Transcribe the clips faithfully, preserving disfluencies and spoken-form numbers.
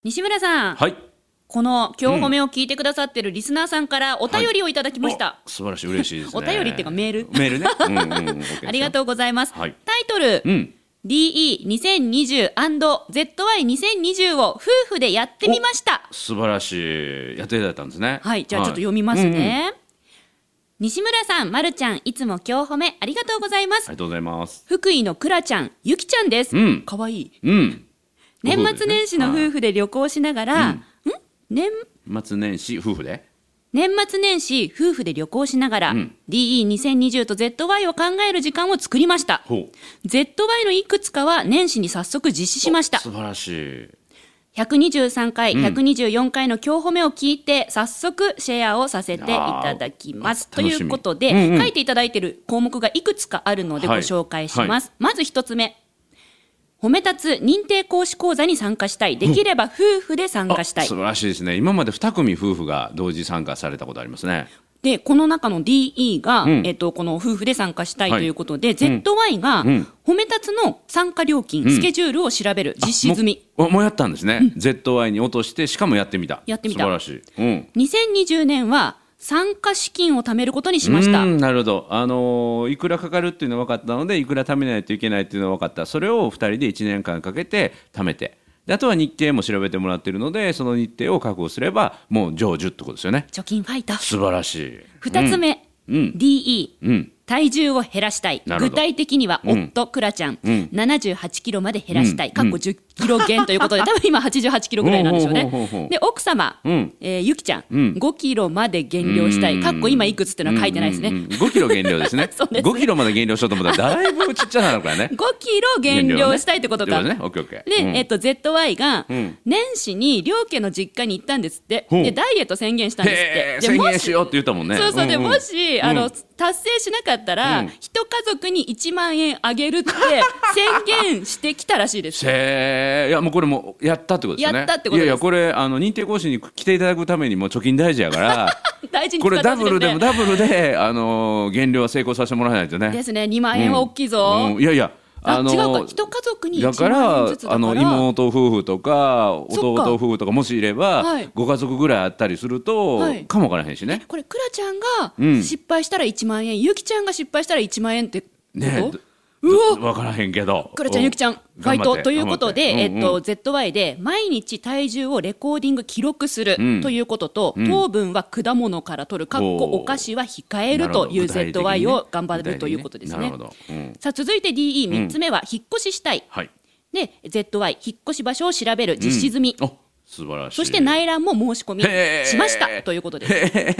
西村さん、 はい、 この今日褒めを聞いてくださってるリスナーさんからお便りをいただきました、 はい、素晴らしい、嬉しいですね。 お便りっていうかメールメールね、うんうんうん、 ありがとうございます、 はい、 タイトル、うん、ディーイーにせんにじゅうアンドゼットワイにせんにじゅう を夫婦でやってみました。 素晴らしい、やっていただいたんですね。 はい、じゃあちょっと読みますね、はい、うんうん、西村さん、まるちゃん、いつも今日褒めありがとうございます。 ありがとうございます。 福井のくらちゃん、ゆきちゃんです。うん、かわいい、 うん、 年末年始の夫婦で旅行しながら、はい、ん年末年始夫婦で年末年始夫婦で旅行しながら、うん、ディーイーにせんにじゅう と ゼットワイ を考える時間を作りました。 ゼットワイ のいくつかは年始に早速実施しました。 素晴らしい。 ひゃくにじゅうさんかい、うん、ひゃくにじゅうよんかいの今日褒めを聞いて早速シェアをさせていただきますということで、うんうん、書いていただいている項目がいくつかあるのでご紹介します、はいはい、まず一つ目、褒め立つ認定講師講座に参加したい。できれば夫婦で参加したい。 素晴らしいですね。今までに組夫婦が同時参加されたことありますね。 でこの中の ディーイー が、うんえっと、この夫婦で参加したいということで、はい、ゼットワイ が褒め立つの参加料金、うん、スケジュールを調べる、実施済み。 もう、もうやったんですね、うん、ゼットワイ に落としてしかもやってみた。 やってみた。 素晴らしい、うん、 にせんにじゅうねんは参加資金を貯めることにしました。 うん、なるほど、あのー、いくらかかるっていうのは分かったので、いくら貯めないといけないっていうのは分かった。それをふたりでいちねんかんかけて貯めて、であとは日程も調べてもらっているので、その日程を確保すればもう成就ってことですよね。 貯金ファイター。 素晴らしい。 ふたつめ、うん、ディーイー、うん、体重を減らしたい。具体的には夫、くらちゃん、うん、ななじゅうはちキロまで減らしたい、うん、かっこじゅっキロ減ということで、多分今はちじゅうはちキロぐらいなんでしょうね。で奥様、うんえー、ゆきちゃん、うん、ごキロまで減量したい、かっこ今いくつっていうのは書いてないですね、うんうんうん、 ごキロ減量ですね。そうですね、ごキロまで減量しようと思ったらだいぶちっちゃなのからね。ごキロ減量したいってことか。 ね、オッケーオッケー。 で、うんえー、と ゼットワイ が年始に両家の実家に行ったんですって、うん、でダイエット宣言したんですって。 で宣言しようって言ったもんね。 そうそう、で、 うんうん、 もし、うん、あの達成しなかったら、うん、一家族にいちまんえんあげるって宣言してきたらしいです。 へー、いやもうこれもやったってことですよね。 やったってことです。 いやいや、これあの認定講師に来ていただくためにも貯金大事やから大事にこれダブルでもダブルで、あのー、減量は成功させてもらわないとね。 ですね。にまんえんは大きいぞ、 うんうん、いやいや、あのー、 あ違うか、一家族にいちまんえんずつだから、 あの妹夫婦とか弟夫婦とかもしいれば、はい、ご家族ぐらいあったりすると、はい、かもわからへんしね。 これくらちゃんが失敗したらいちまんえん、うん、ゆきちゃんが失敗したらいちまんえんってことね。 うわ分からへんけど、 くらちゃんゆきちゃんファイトということで、えっと、ゼットワイ で毎日体重をレコーディング記録するということと、うん、糖分は果物から取る、かっこお菓子は控えるという ゼットワイ を頑張るということですね。うん、さあ続いて ディーイーみっつめは引っ越ししたい、はい、で ゼットワイ 引っ越し場所を調べる、実施済み、うん、 素晴らしい。 そして内覧も申し込みしましたということです。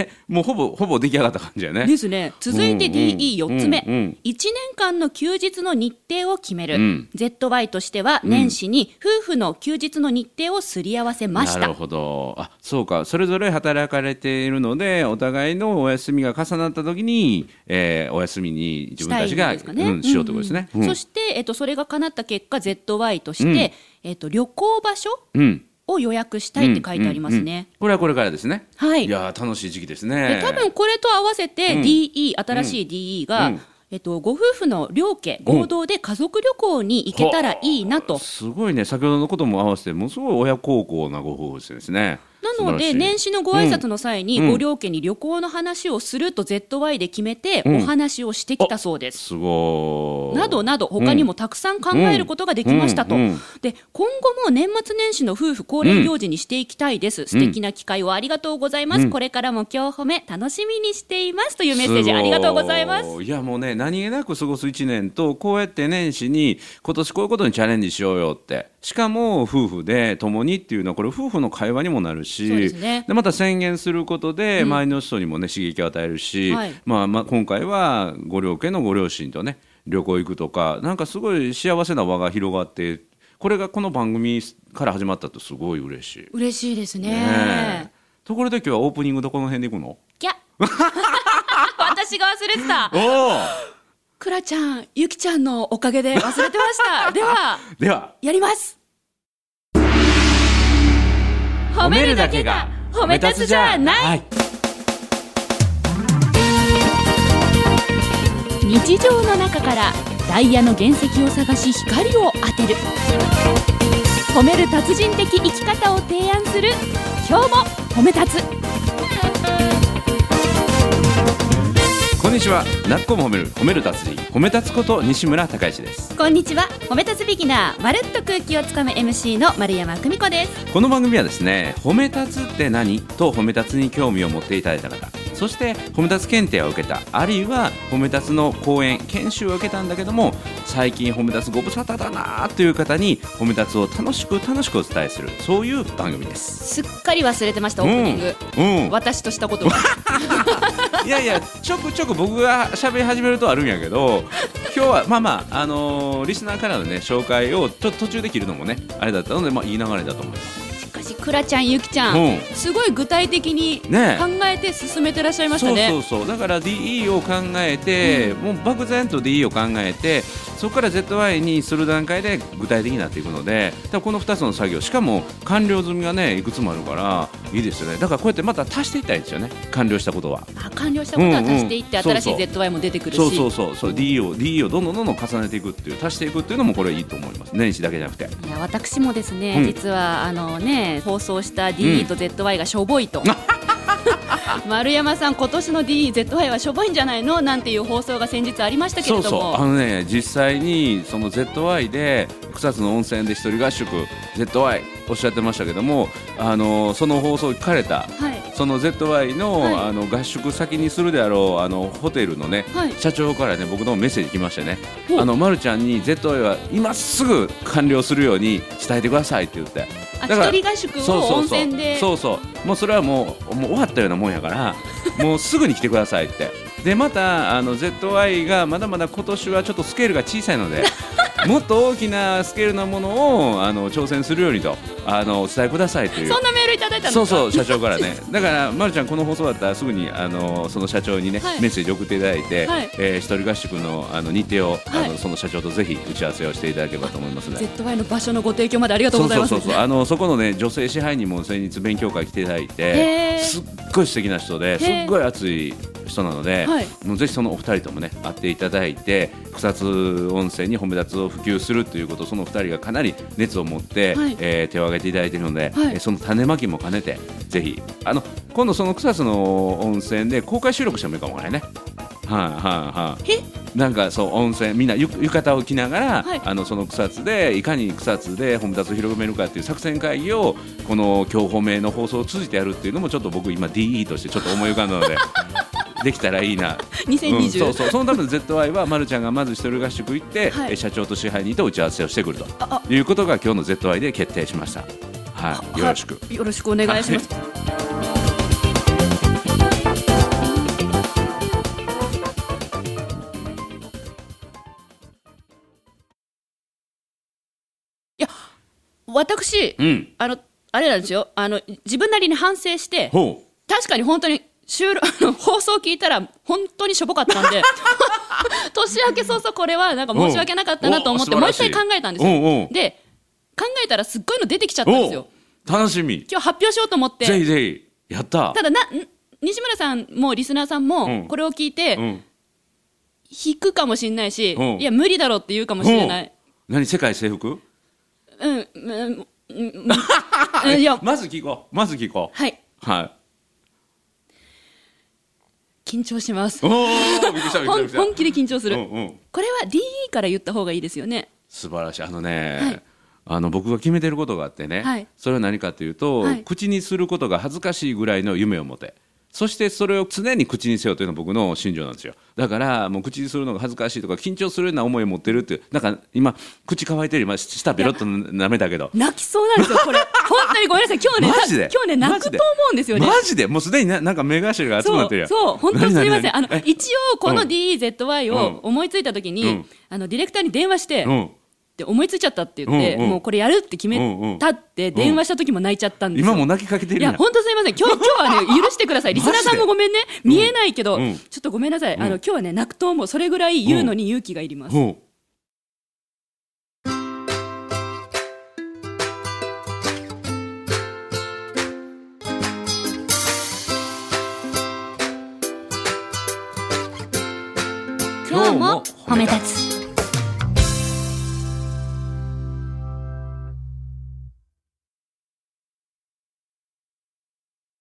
もうほぼほぼ出来上がった感じやね。 ですね。続いて ディーイーよっつめ、うんうん、いちねんかんの休日の日程を決める、うん、ゼットワイ としては年始に夫婦の休日の日程をすり合わせました。 なるほど。あ、そうか。それぞれ働かれているので、お互いのお休みが重なった時に、えー、お休みに自分たちがし,、ねうん、しようということですね。 うんうん、そして、えっと、それが叶った結果 ゼットワイ として、うんえっと、旅行場所、うんを予約したいって書いてありますね、うんうんうん、 これはこれからですね。 はい、 いや楽しい時期ですね。 で多分これと合わせて ディーイー、うん、新しい ディーイー が、うんえっと、ご夫婦の両家合同で家族旅行に行けたらいいなと、 うん、すごいね。先ほどのことも合わせてものすごい親孝行なご夫婦ですね。 なので年始のご挨拶の際にご両家に旅行の話をすると ゼットワイ で決めてお話をしてきたそうです、 うん、すごいなどなど他にもたくさん考えることができましたと、うんうん、で今後も年末年始の夫婦恒例行事にしていきたいです、うん、素敵な機会をありがとうございます、うん、これからも今日褒め楽しみにしていますというメッセージありがとうございます。 いやもうね、何気なく過ごすいちねんと、こうやって年始に今年こういうことにチャレンジしようよって、しかも夫婦で共にっていうのはこれ夫婦の会話にもなるし、そうですね。でまた宣言することで周りの人にもね、うん、刺激を与えるし、はいまあまあ、今回はご両家のご両親とね旅行行くとか、なんかすごい幸せな輪が広がって、これがこの番組から始まったとすごい嬉しい。 嬉しいです ね, ね。ところで今日はオープニングどこの辺で行くの？ ギャ私が忘れてた。 おくらちゃん、ゆきちゃんのおかげで忘れてましたではではやります。 褒めるだけが褒め立つじゃない、はい、 日常の中からダイヤの原石を探し光を当てる褒める達人的生き方を提案する今日も褒め立つ。 こんにちは。なっこも褒める褒める達人褒め立つこと西村孝之です。 こんにちは。褒め立つビギナーまるっと空気をつかむ エムシー の丸山久美子です。 この番組はですね、褒め立つって何と褒め立つに興味を持っていただいた方、そして褒め立つ検定を受けた、あるいは褒め立つの講演研修を受けたんだけども最近褒め立つご無沙汰だなという方に褒め立つを楽しく楽しくお伝えする、そういう番組です。 すっかり忘れてました、オープニング、うんうん、私としたことはいやいや、ちょくちょく僕が喋り始めるとあるんやけど、今日はまあまあ、あのー、リスナーからのね紹介をちょっと途中で切るのもねあれだったので、まあ、いい流れだと思います。 しかしくらちゃんゆきちゃん、うん、すごい具体的に考えて進めてらっしゃいましたね。 そうそうそう、だから ディーイー を考えて、うん、もう漠然と ディーイー を考えてそこから ゼットワイ にする段階で具体的になっていくので、多分このふたつの作業、しかも完了済みがねいくつもあるからいいですよね。だからこうやってまた足していったらいいですよね、完了したことは。 あ、完了したことは足していって、うんうん、新しい ゼットワイ も出てくるし、 そうそうそうそう、 ディーイー を ディーイー をどんどんどんどん重ねていくっていう、足していくっていうのもこれいいと思います。年始だけじゃなくて。 いや私もですね、うん、実はあのね放送した ディーイー と ゼットワイ がしょぼいと、うん丸山さん、今年の ディーイー、ゼットワイ はしょぼいんじゃないのなんていう放送が先日ありましたけれども、 そうそう、あのね、実際にその ゼットワイ で草津の温泉で一人合宿 ゼットワイ おっしゃってましたけども、あのその放送を聞かれた、はい、その ゼットワイ の、はい、あの合宿先にするであろうあのホテルのね、はい、社長からね僕のメッセージ来ましてね、あのまるちゃんに ゼットワイ は今すぐ完了するように伝えてくださいって言って、 だから一人合宿を温泉で、 そうそうそう、もうそれはもう、もう終わったようなもんやからもうすぐに来てくださいって。でまたあの ゼットワイ がまだまだ今年はちょっとスケールが小さいのでもっと大きなスケールのものをあの挑戦するようにとあのお伝えくださいという、 そんなメールいただいたんですか。 そうそう、社長からねだからまるちゃんこの放送だったらすぐにあのその社長にね、はい、メッセージ送っていただいて、はい、えー、一人合宿 の, あの日程を、はい、あのその社長とぜひ打ち合わせをしていただければと思いますので、 ゼットワイ の場所のご提供までありがとうございます。 そうそうそうそう、あのそこのね女性支配人も先日勉強会来ていただいて、すっごい素敵な人ですっごい熱い人なので、はい、もうぜひそのお二人ともね会っていただいて、草津温泉に褒め立つを普及するということをその二人がかなり熱を持って、はい、えー、手を挙げていただいているので、はい、その種まきも兼ねてぜひあの今度その草津の温泉で公開収録してもいいかもわからないね。はいはいはい、なんかそう温泉みんなゆ浴衣を着ながら、はい、あのその草津でいかに草津で褒め立つを広めるかっていう作戦会議をこの今日褒めの放送を通じてやるっていうのもちょっと僕今 ディーイー としてちょっと思い浮かんだのでできたらいいなにせんにじゅう、 うん、そうそう、そのための ゼットワイ はまるちゃんがまず一人合宿行って、はい、社長と支配人と打ち合わせをしてくるということが今日の ゼットワイ で決定しました。はい、よろしくよろしくお願いします、はい、いや私、うん、あのあれなんですよ、あの自分なりに反省して確かに本当に収録放送聞いたら本当にしょぼかったんで年明け早々これはなんか申し訳なかったなと思ってもう一回考えたんですよ。で考えたらすっごいの出てきちゃったんですよ。 楽しみ。 今日発表しようと思って。 ぜひぜひやった。 ただな西村さんもリスナーさんもこれを聞いて、うん、引くかもしれないし、うん、いや無理だろうって言うかもしれない。 何世界征服？ うん、うんうん、いやまず聞こうまず聞こう。 はいはい。 緊張します。本気で緊張する、うんうん、これは ディーイー から言った方がいいですよね。 素晴らしい。あのね、はい、あの僕が決めてることがあってね、はい、それは何かというと、はい、口にすることが恥ずかしいぐらいの夢を持て、そしてそれを常に口にせよというのが僕の信条なんですよ。だからもう口にするのが恥ずかしいとか緊張するような思いを持ってるっていう、なんか今口乾いてる、今舌ベロッと舐めたけど泣きそうなんですよこれ本当にごめんなさい。今日ねマジで今日ね泣くと思うんですよね。 マジでもうすでに な, なんか目頭が熱くなってるやん。 そうそう本当すみません。あの一応この ディーイーゼットワイ を思いついた時に、うん、あのディレクターに電話して、うんって思いついちゃったって言って、うんうん、もうこれやるって決めたって電話した時も泣いちゃったんですよ、 うん、今も泣きかけてるやん。 いや本当すいません。今日今日はね許してください。リスナーさんもごめんね見えないけど、うんうん、ちょっとごめんなさい。あの今日はね泣くと思う。それぐらい言うのに勇気がいります、うんうん。今日も褒め立つ。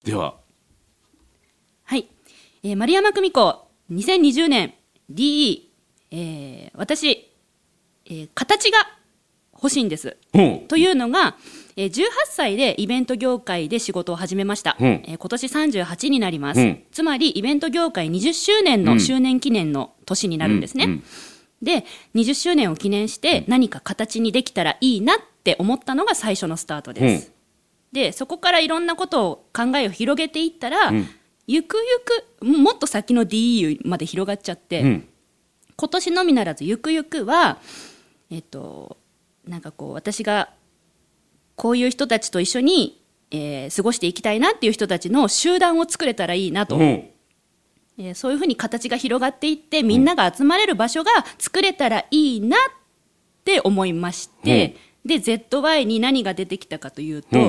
では、 はい、えー、丸山久美子にせんにじゅうねん ディーイー、えー、私、えー、形が欲しいんです、うん、というのが、えー、じゅうはっさいでイベント業界で仕事を始めました、うん、えー、今年さんじゅうはちになります、うん、つまりイベント業界にじゅっしゅうねんの周年記念の年になるんですね、うんうん、でにじゅっしゅうねんを記念して何か形にできたらいいなって思ったのが最初のスタートです、うん、でそこからいろんなことを考えを広げていったら、うん、ゆくゆくもっと先の ディーイーユー まで広がっちゃって、うん、今年のみならずゆくゆくはえっとなんかこう私がこういう人たちと一緒に、えー、過ごしていきたいなっていう人たちの集団を作れたらいいなと、うん、えー、そういうふうに形が広がっていってみんなが集まれる場所が作れたらいいなって思いまして、うん、で ゼットワイ に何が出てきたかというと、うん、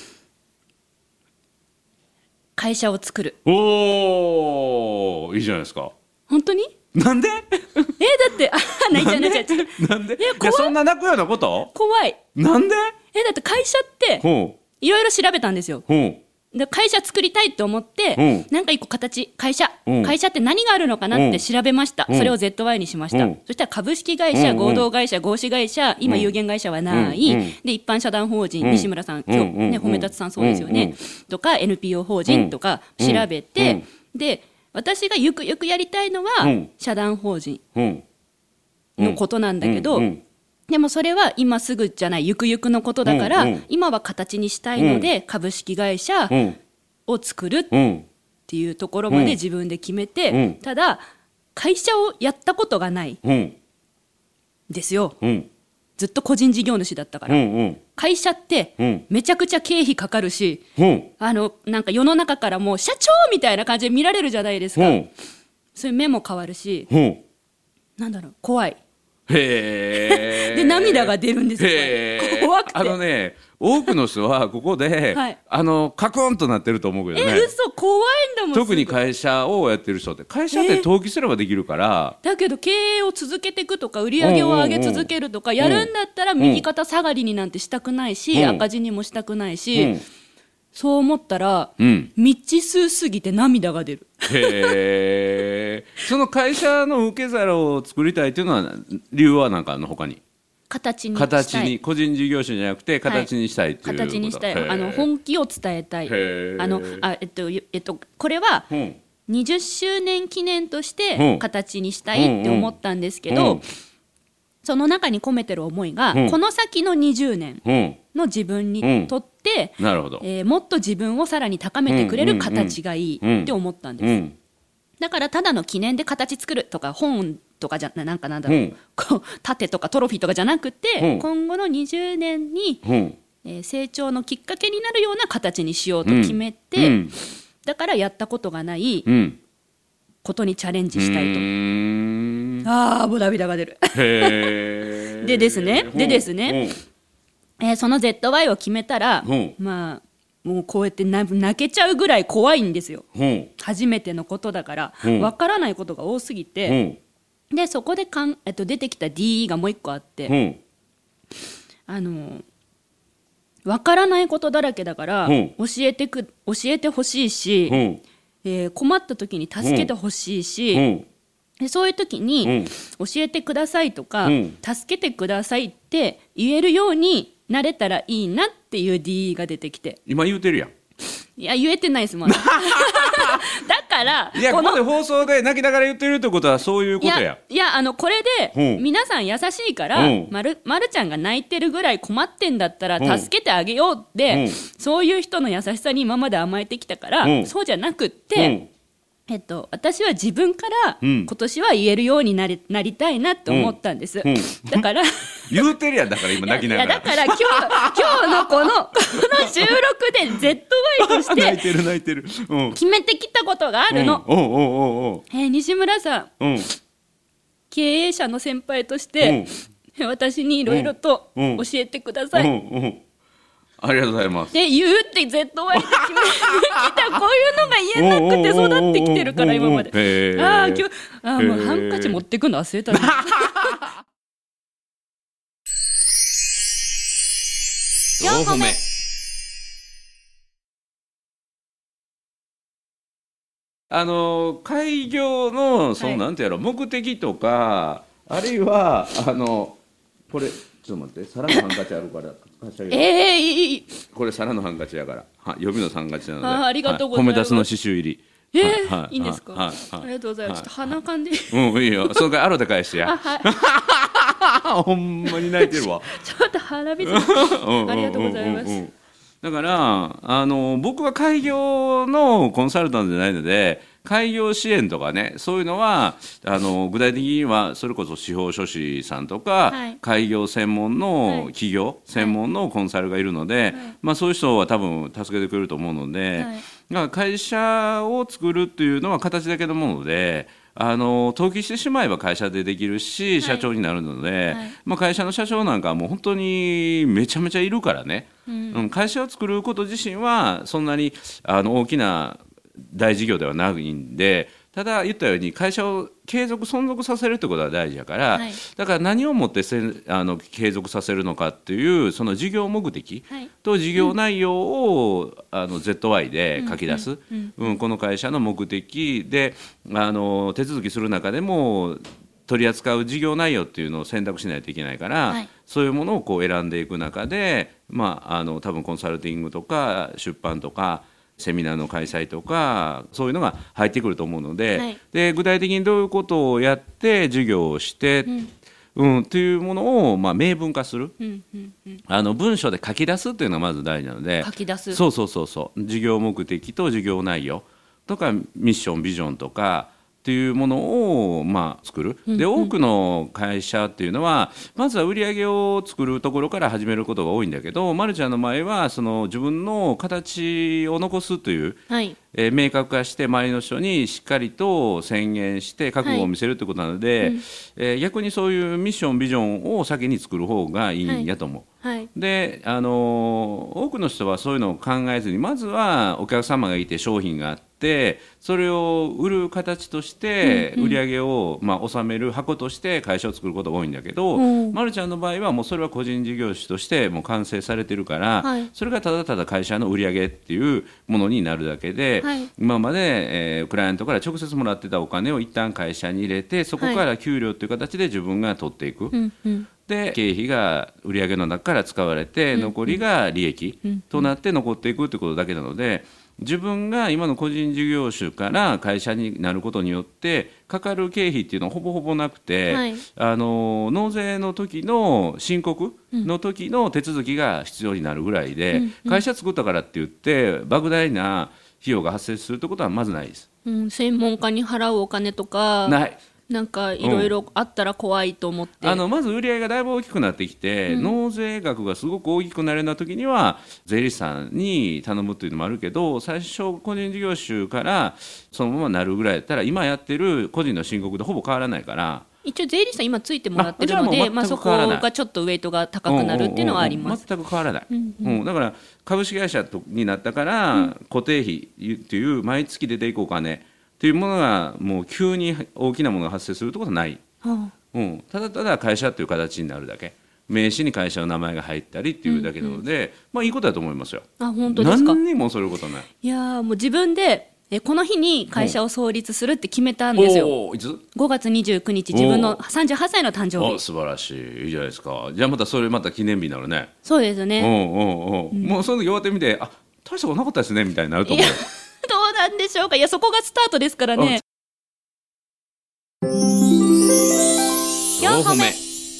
会社を作る。 おー、いいじゃないですか。 本当に？ なんで？ えー、だってあ泣いちゃう泣いちゃう。 なんで？いやそんな泣くようなこと？ 怖い。 なんで？ えー、だって会社っていろいろ調べたんですよ。で会社作りたいって思って、なんか一個形会社会社って何があるのかなって調べました。それを ゼットワイ にしました。そしたら株式会社、合同会社、合資会社、今有限会社はない、で一般社団法人、西村さん今日ね褒め立つさんそうですよね、とか エヌピーオー 法人とか調べて、で私がゆくゆくやりたいのは社団法人のことなんだけど、でもそれは今すぐじゃないゆくゆくのことだから、うんうん、今は形にしたいので、うん、株式会社を作るっていうところまで自分で決めて、うん、ただ会社をやったことがない、うん、ですよ、うん、ずっと個人事業主だったから、うんうん、会社ってめちゃくちゃ経費かかるし、うん、あのなんか世の中からもう社長みたいな感じで見られるじゃないですか、うん、そういう目も変わるし、うん、なんだろう怖いへで涙が出るんですよ。怖くてあのね多くの人はここで、はい、あのカクンとなってると思うけどね。 え嘘怖いんだもん。 特に会社をやってる人って会社って登記すればできるから、 だけど経営を続けていくとか売り上げを上げ続けるとかやるんだったら右肩下がりになんてしたくないし、赤字にもしたくないし、うん、そう思ったら、うん、未知数すぎて涙が出る。 へーその会社の受け皿を作りたいっていうのは理由は何かあるの他に？ 形にしたい。形に個人事業主じゃなくて形にしたいっていうこと、はい、 形にしたい。あの本気を伝えたい。あのあ、えっとえっと、これはにじゅっしゅうねん記念として形にしたいって思ったんですけど、うんうん、その中に込めてる思いが、うん、この先のにじゅうねんの自分にとって、 うんなるほどえー、もっと自分をさらに高めてくれる形がいいって思ったんです、うんうん、だからただの記念で形作るとか本とかじゃなんかなんだろう、うん、こう盾とかトロフィーとかじゃなくて、うん、今後のにじゅうねんに、うんえー、成長のきっかけになるような形にしようと決めて、うん、だからやったことがないことにチャレンジしたいと、うん、あーもう涙が出るへでですねでですね、うんえー、その ゼットワイ を決めたら、うん、まあもうこうやって泣けちゃうぐらい怖いんですよ、うん、初めてのことだからわ、うん、からないことが多すぎて、うん、でそこでかん、えっと、出てきた ディーイー がもう一個あって、うん、あのわからないことだらけだから、うん、教えてく教えてほしいし、うんえー、困った時に助けてほしいし、うんでそういう時に、うん、教えてくださいとか、うん、助けてくださいって言えるようになれたらいいなっていう ディーイー が出てきて今言うてるやん。 いや言えてないですもんだからいやここで放送で泣きながら言ってるってことはそういうことや。 いや、いやあのこれで、うん、皆さん優しいから、うん、まる、まるちゃんが泣いてるぐらい困ってんだったら、うん、助けてあげようって、うん、そういう人の優しさに今まで甘えてきたから、うん、そうじゃなくって、うんえっと、私は自分から今年は言えるようになり、なりたいなと思ったんです、うんうん、だから言うてるやんだから今泣きながらいやだから今日、今日のこのこの収録で ゼットワイ として泣いてる泣いてる、うん、 決めてきたことがあるの、 うん、おうおうおうおうえー、西村さん、うん、経営者の先輩として、うん、私にいろいろと教えてください、うんうんうんありがとうございます。 で言うって ゼットワイ って決めてきたこういうのが言えなくて育ってきてるから今まで。ああ今日あもうハンカチ持ってくの忘れたな。よんほめあの開業のその、はい、なんてやろ目的とかあるいはあのこれちょっと待って皿のハンカチあるから貸してあげる。 えー、いいこれ皿のハンカチやからは予備のハンカチなのであ, ありがとうございます、 はい、米出すの刺繍入り。 えーはい、いいんですか、 はいはい、 ありがとうございます、はい、ちょっと鼻かんでうんいいよそのからアロで返してやほんまに泣いてるわちょっと鼻水ありがとうございます、うんうんうんうん、 だからあの僕は開業のコンサルタントじゃないので開業支援とかねそういうのはあの具体的にはそれこそ司法書士さんとか、はい、開業専門の企業、はい、専門のコンサルがいるので、はいまあ、そういう人は多分助けてくれると思うので、はい、会社を作るっていうのは形だけのものであの登記してしまえば会社でできるし、はい、社長になるので、はいまあ、会社の社長なんかはもう本当にめちゃめちゃいるからね、うんうん、会社を作ること自身はそんなにあの大きな大事業ではないんでただ言ったように会社を継続存続させるってことは大事だから、はい、だから何をもってせあの継続させるのかっていうその事業目的と事業内容を、うん、あの ゼットワイ で書き出す、うんうんうんうん、この会社の目的であの手続きする中でも取り扱う事業内容っていうのを選択しないといけないから、はい、そういうものをこう選んでいく中で、まあ、あの多分コンサルティングとか出版とかセミナーの開催とかそういうのが入ってくると思うので、はい、で具体的にどういうことをやって授業をして、うんうん、というものを、まあ、明文化する、うんうんうん、あの文章で書き出すというのがまず大事なので書き出すそうそうそうそう事業目的と事業内容とかミッションビジョンとかっていうものをまあ作る。で多くの会社っていうのはまずは売り上げを作るところから始めることが多いんだけど、まるちゃんの場合はその自分の形を残すという、はいえー、明確化して周りの人にしっかりと宣言して覚悟を見せるということなので、はいうんえー、逆にそういうミッションビジョンを先に作る方がいいんやと思う。はいはい、であの多くの人はそういうのを考えずにまずはお客様がいて商品があってそれを売る形として売り上げをまあ収める箱として会社を作ることが多いんだけど、うん、まるちゃんの場合はもうそれは個人事業主としてもう完成されてるから、はい、それがただただ会社の売り上げっていうものになるだけで、はい、今まで、えー、クライアントから直接もらってたお金を一旦会社に入れてそこから給料という形で自分が取っていく、はいうんうんで経費が売上の中から使われて残りが利益となって残っていくということだけなので自分が今の個人事業主から会社になることによってかかる経費っていうのはほぼほぼなくて、はい、あの納税の時の申告の時の手続きが必要になるぐらいで、うん、会社作ったからって言って莫大な費用が発生するということはまずないです、 うん、専門家に払うお金とかないなんかいろいろあったら怖いと思って、 うん、あのまず売り上げがだいぶ大きくなってきて、うん、納税額がすごく大きくなるような時には税理士さんに頼むというのもあるけど最初個人事業主からそのままなるぐらいだったら今やってる個人の申告とほぼ変わらないから一応税理士さん今ついてもらってるので、まあ、そこがちょっとウェイトが高くなるっていうのはあります。 全く変わらない、うんうんうん、だから株式会社になったから固定費っていう毎月出ていくお金っていうものがもう急に大きなものが発生するってことはない、はあうん、ただただ会社っていう形になるだけ名刺に会社の名前が入ったりっていうだけなので、うんうんまあいいことだと思いますよ。 あ本当ですか。 何にもそういうことない。 いやもう自分でえこの日に会社を創立するって決めたんですよ、うん、いつごがつにじゅうくにち自分のさんじゅうはっさいの誕生日。 素晴らしいいいじゃないですか。じゃあまたそれまた記念日になるね。 そうですね。 おうおうおう、うん、もうその時終わってみてあ大したことなかったですねみたいになると思う。 どうなんでしょうか。いやそこがスタートですからね。よんほめ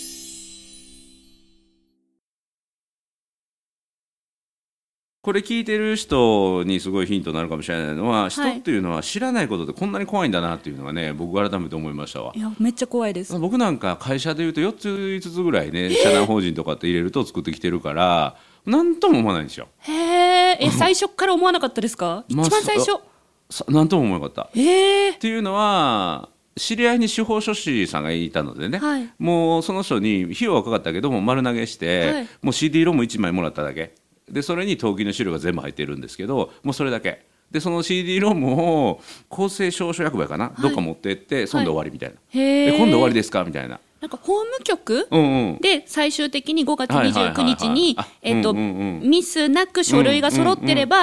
これ聞いてる人にすごいヒントになるかもしれないのは、はい、人っていうのは知らないことでこんなに怖いんだなっていうのがね僕改めて思いましたわ。 いやめっちゃ怖いです。 僕なんか会社でいうとよっついつつぐらいね社内法人とかって入れると作ってきてるから何とも思わないんですよ。 へーえ最初から思わなかったですか。一番最初何とも思わなかった。 へーっていうのは知り合いに司法書士さんがいたのでね、はい、もうその人に費用はかかったけども丸投げして、はい、もう シーディー ロームいちまいもらっただけでそれに登記の資料が全部入ってるんですけどもうそれだけでその シーディー ロームを公正証書役場かな、はい、どっか持ってってそんで終わりみたいな、はい、で今度終わりですかみたいな。 なんか法務局で最終的にごがつにじゅうくにちにミスなく書類が揃ってれば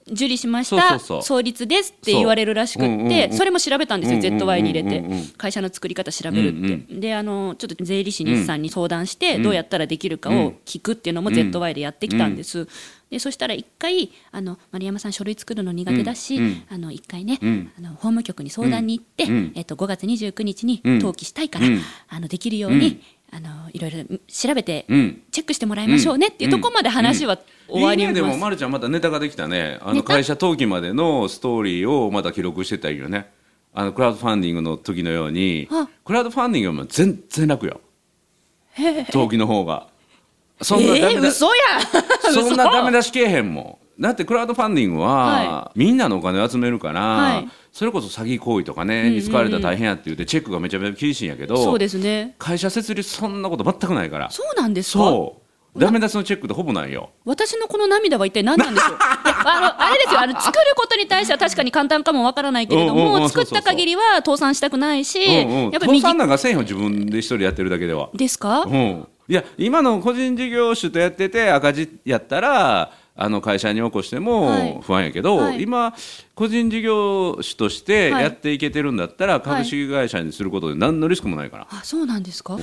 受理しました、そうそうそう、創立ですって言われるらしくって、うんうんうん、それも調べたんですよ、 ゼットワイ に入れて、うんうんうん、会社の作り方調べるって、うんうん、であのちょっと税理士西さんに相談して、うん、どうやったらできるかを聞くっていうのも ゼットワイ でやってきたんです、うんうん、でそしたら一回あの丸山さん書類作るの苦手だし、うん、あの一回ね、うん、あの法務局に相談に行って、うんえっと、ごがつにじゅうくにちに登記したいから、うん、あのできるように、うん、あのいろいろ調べてチェックしてもらいましょうねっていうところまで話は終わります、 いいね。でもまるちゃんまたネタができたね。あの会社登記までのストーリーをまた記録してたらいいよね。あのクラウドファンディングの時のように、クラウドファンディングは全然楽よ、登記の方が。そんなダメだ、えー、嘘やそんなダメ出しけえへんもん。だってクラウドファンディングは、はい、みんなのお金を集めるから、はい、それこそ詐欺行為とかね、うんうんうん、に使われたら大変やって言ってチェックがめちゃめちゃ厳しいんやけど、 そうですね、 会社設立そんなこと全くないから。 そうなんですか。 そうダメ出しのチェックってほぼないよ。 私のこの涙は一体何なんでしょうあのあれですよ、あの作ることに対しては確かに簡単かもわからないけれども、うんうんうん、作った限りは倒産したくないし、うんうん、やっぱり倒産なんかせんよ、自分で一人やってるだけでは。 ですか、 うん、いや今の個人事業主とやってて赤字やったらあの会社に起こしても不安やけど、はいはい、今個人事業主としてやっていけてるんだったら、はい、株式会社にすることで何のリスクもないから、 あ、そうなんですか、うん、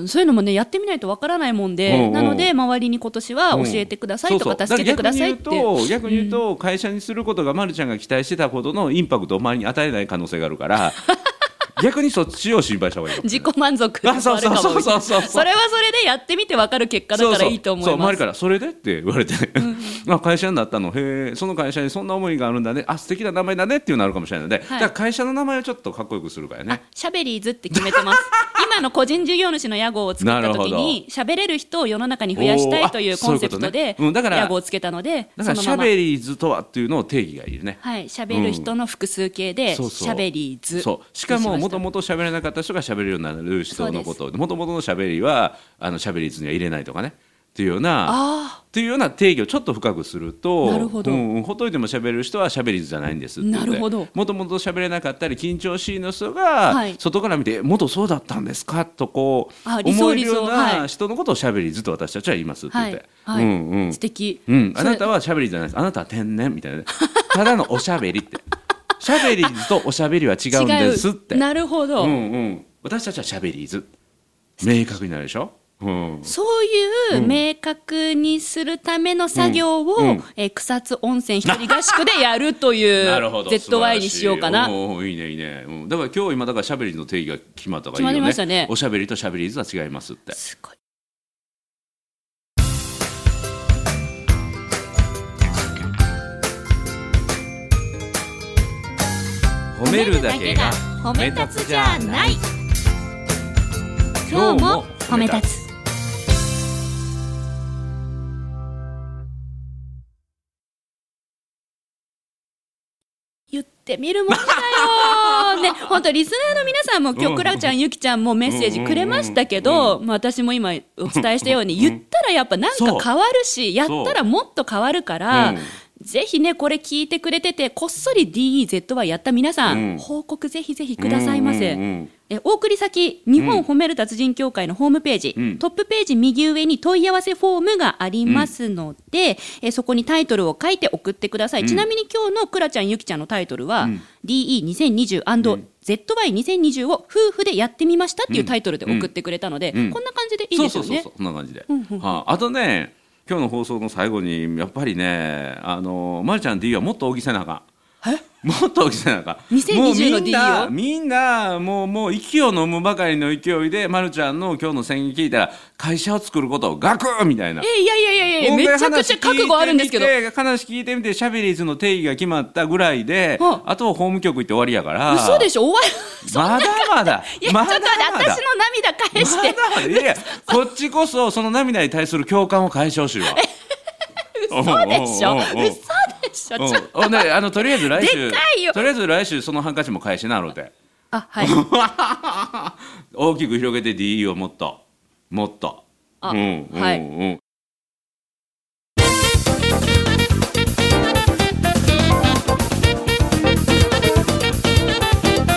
そういうのもねやってみないとわからないもんで、うんうん、なので周りに今年は教えてくださいとか、うん、助けてくださいって。 逆に言うと、うん、会社にすることがまるちゃんが期待してたほどのインパクトを周りに与えない可能性があるから逆にそっちを心配した方がいい。 自己満足があるかも。そうそうそうそう、それはそれでやってみて分かる結果だからいいと思います。 そうそうそう、周りからそれでって言われて、うんまあ会社になったの、へえ、その会社にそんな思いがあるんだね、あ、素敵な名前だねっていうのあるかもしれないので、はい、だから会社の名前をちょっとかっこよくするからね。 シャベリーズって決めてます今の個人事業主の屋号を作った時に喋れる人を世の中に増やしたいというコンセプトで屋号をつけたので、 だからシャベリーズとはっていうのを定義がいるね。 はい、喋る人の複数形でシャベリーズ、 そうしかももともと喋れなかった人が喋れるようになる人のことで、もともとの喋りはあの喋り図には入れないとかねっていうようなっていうような定義をちょっと深くすると、 なるほど、うん、 ほっといても喋れる人は喋り図じゃないんですって言って、なるほど、もともと喋れなかったり緊張しいの人が、はい、外から見て元そうだったんですかとこう思えるような人のことを喋り図と私たちは言いますって言って、 はいはいうんうん、素敵、 うん、あなたは喋りじゃないです、あなたは天然みたいなただのおしゃべりってしゃべり図とおしゃべりは違うんですって。 なるほど、 うんうん、私たちはしゃべり図明確になるでしょ、うん、 そういう明確にするための作業を、うんうん、え草津温泉一人合宿でやるという ゼットワイ にしようかな。 おいいねいいね、うん、だから今日今だからしゃべりの定義が決まったからいいよね。 決まりましたね。 おしゃべりとしゃべり図は違いますって。 すごい。 褒めるだけが褒め立つじゃない。今日も褒め立つ。 言ってみるもんだよね。本当リスナーの皆さんも今日クラちゃんゆきちゃんもメッセージくれましたけど、まあ、私も今お伝えしたように言ったらやっぱなんか変わるし、やったらもっと変わるから、ぜひねこれ聞いてくれててこっそり ディーイーゼットワイ やった皆さん、うん、報告ぜひぜひくださいませ、うんうんうん、えお送り先日本褒める達人協会のホームページ、うん、トップページ右上に問い合わせフォームがありますので、うん、えそこにタイトルを書いて送ってください、うん、ちなみに今日のクラちゃんゆきちゃんのタイトルは、うん、ディーイーにせんにじゅう アンドゼットワイにせんにじゅう を夫婦でやってみましたっていうタイトルで送ってくれたので、うんうん、こんな感じでいいですよね。 そうそうそうそんな感じで、うんうん、はあ、あとね今日の放送の最後にやっぱりねあのまるちゃん ディー はもっと大きせなあかん。 えもっと大きせなあかん。 にせんにじゅうの ディー をみんなもうもう息を飲むばかりの勢いでまるちゃんの今日の宣言聞いたら会社を作ることをガクッみたいな。 えいやいやいやいやめちゃくちゃ覚悟あるんですけど。 話聞いてみてシャベリーズの定義が決まったぐらいで、はあ、あとは法務局行って終わりやから。 嘘でしょ終わりまだまだいやまだまだちょっと待って私の涙返して。 まだまだいやこっちこそその涙に対する共感を返してほしいわ。 嘘でしょ嘘でしょちょっと、 ね、あのとりあえず来週でかいよとりあえず来週そのハンカチも返しなろうて。 あはい大きく広げて ディーイー をもっともっとあ、うん、はい、うん、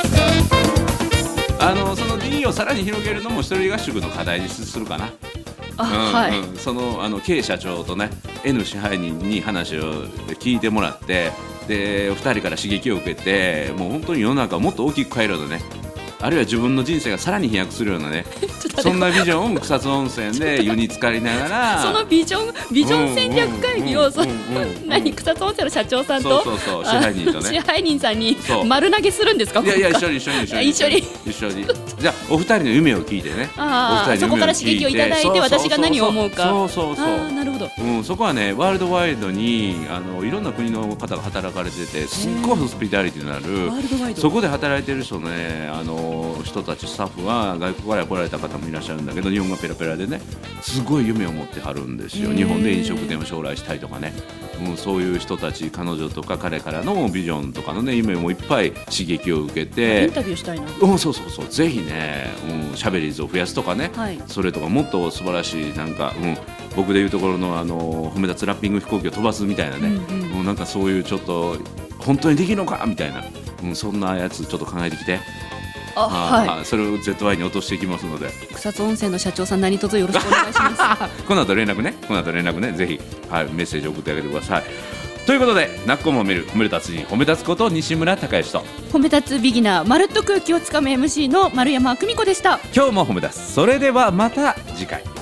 あのその ディーイー をさらに広げるのも一人合宿の課題にするかな。 あ、はい、 うん、そのあの K 社長とね N 支配人に話を聞いてもらって、でふたりから刺激を受けて、もう本当に世の中をもっと大きく変えるようなね、あるいは自分の人生がさらに飛躍するようなねそんなビジョンを草津温泉で湯に浸かりながらそのビジョンビジョン戦略会議を何草津温泉の社長さんとそうそうそう支配人とね支配人さんに丸投げするんですか？ いやいや一緒に一緒に一緒に一緒に一緒にじゃあお二人の夢を聞いてね、 あお二人の夢を聞いてそこから刺激をいただいて私が何を思うか、 そうそうそう、 あなるほど、 うん、そこはねワールドワイドにあのいろんな国の方が働かれてて、すっごいホスピタリティのある、 ワールドワイドそこで働いてる人ね、あの人たちスタッフは外国から来られた方もいらっしゃるんだけど、日本がペラペラでねすごい夢を持ってはるんですよ。日本で飲食店を将来したいとかね、うん、そういう人たち、彼女とか彼からのビジョンとかのね夢もいっぱい刺激を受けて、 インタビューしたいな、 うん、そうそうそう、ぜひね、うん、しゃべり図を増やすとかね、はい、それとかもっと素晴らしいなんか、うん、僕でいうところのあの褒め立つラッピング飛行機を飛ばすみたいなね、うんうん、もうなんかそういうちょっと本当にできるのかみたいな、うん、そんなやつちょっと考えてきて、 あ、はい、 それを ゼットワイ に落としていきますので、 草津温泉の社長さん何卒よろしくお願いしますこの後連絡ね、この後連絡ね、ぜひ、はい、メッセージ送ってあげてください。ということで、なっこも褒める褒める達人、褒め立つこと西村孝之と褒め立つビギナー、まるっと空気をつかむ エムシー の丸山久美子でした。 今日も褒め立つ。それではまた次回。